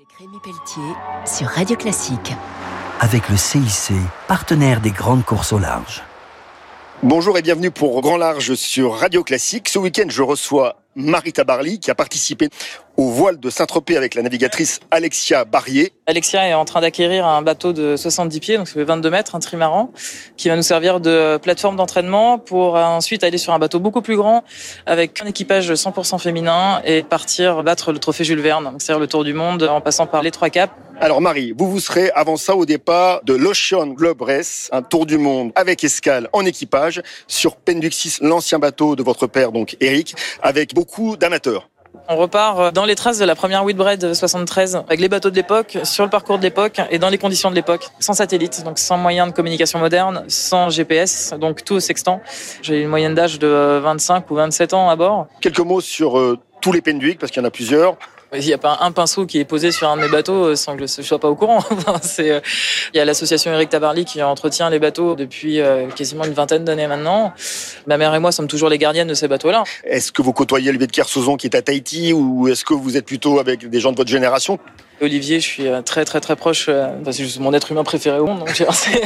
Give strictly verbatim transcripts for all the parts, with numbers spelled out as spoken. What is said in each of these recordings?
Rémi Pelletier sur Radio Classique. Avec le C I C, partenaire des grandes courses au large. Bonjour et bienvenue pour Grand Large sur Radio Classique. Ce week-end, je reçois Marie Tabarly qui a participé au voile de Saint-Tropez avec la navigatrice Alexia Barrier. Alexia est en train d'acquérir un bateau de soixante-dix pieds, donc ça fait vingt-deux mètres, un trimaran, qui va nous servir de plateforme d'entraînement pour ensuite aller sur un bateau beaucoup plus grand avec un équipage cent pour cent féminin et partir battre le trophée Jules Verne, c'est-à-dire le tour du monde en passant par les trois caps. Alors Marie, vous vous serez avant ça au départ de l'Ocean Globe Race, un tour du monde avec escale en équipage sur Penduxis, l'ancien bateau de votre père, donc Eric, avec beaucoup d'amateurs. On repart dans les traces de la première Whitbread soixante-treize avec les bateaux de l'époque, sur le parcours de l'époque et dans les conditions de l'époque, sans satellite, donc sans moyen de communication moderne, sans G P S, donc tout au sextant. J'ai une moyenne d'âge de vingt-cinq ou vingt-sept ans à bord. Quelques mots sur euh, tous les Penduic, parce qu'il y en a plusieurs. Il n'y a pas un pinceau qui est posé sur un de mes bateaux sans que je ne sois pas au courant. C'est, euh, il y a l'association Eric Tabarly qui entretient les bateaux depuis euh, quasiment une vingtaine d'années maintenant. Ma mère et moi sommes toujours les gardiennes de ces bateaux-là. Est-ce que vous côtoyez Olivier de Kersauzon qui est à Tahiti ou est-ce que vous êtes plutôt avec des gens de votre génération ? Olivier, je suis très très très proche, enfin, c'est juste mon être humain préféré au monde. Donc c'est...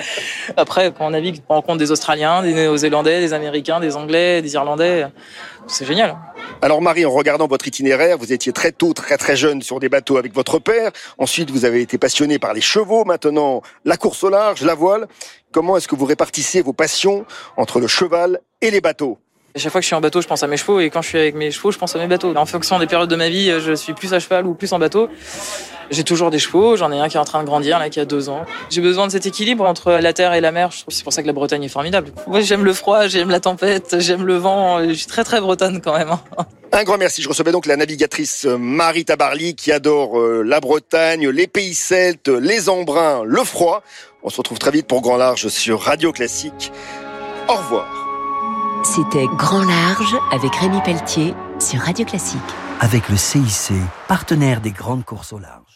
Après, quand on navigue, on rencontre des Australiens, des Néo-Zélandais, des Américains, des Anglais, des Irlandais. C'est génial. Alors Marie, en regardant votre itinéraire, vous étiez très tôt, très très jeune sur des bateaux avec votre père. Ensuite, vous avez été passionné par les chevaux. Maintenant, la course au large, la voile. Comment est-ce que vous répartissez vos passions entre le cheval et les bateaux ? À chaque fois que je suis en bateau, je pense à mes chevaux, et quand je suis avec mes chevaux, je pense à mes bateaux. En fonction des périodes de ma vie, je suis plus à cheval ou plus en bateau. J'ai toujours des chevaux, j'en ai un qui est en train de grandir, là, qui a deux ans. J'ai besoin de cet équilibre entre la terre et la mer. Je trouve c'est pour ça que la Bretagne est formidable. Moi, j'aime le froid, j'aime la tempête, j'aime le vent. Je suis très très bretonne quand même. Un grand merci. Je recevais donc la navigatrice Marie Tabarly qui adore la Bretagne, les pays celtes, les embruns, le froid. On se retrouve très vite pour Grand Large sur Radio Classique. Au revoir. C'était Grand Large avec Rémi Pelletier sur Radio Classique. Avec le C I C, partenaire des grandes courses au large.